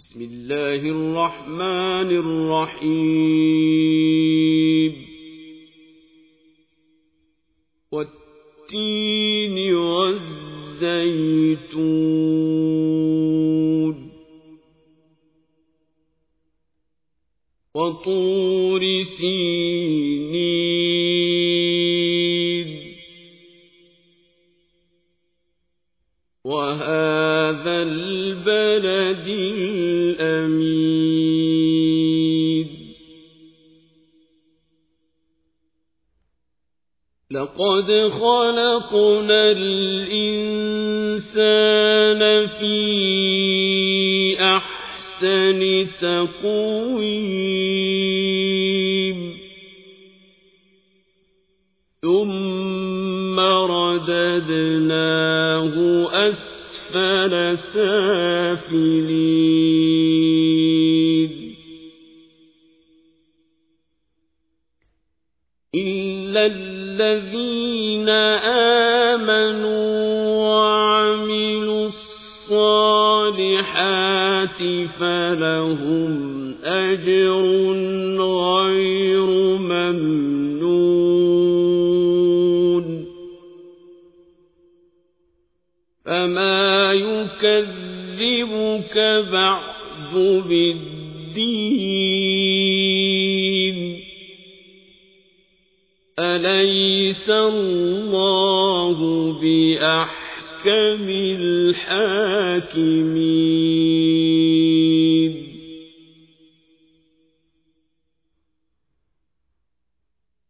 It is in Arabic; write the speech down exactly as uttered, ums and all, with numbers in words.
بسم الله الرحمن الرحيم والتين والزيتون وطور سينين وهذا البلد الأمين لقد خلقنا الإنسان في أحسن تقويم ثم رددناه أسفل سافلين إلا الذين آمنوا وعملوا الصالحات فلهم أجر غير ممنون فما يكذبك بعد بالدين أليس الله بأحكم الحاكمين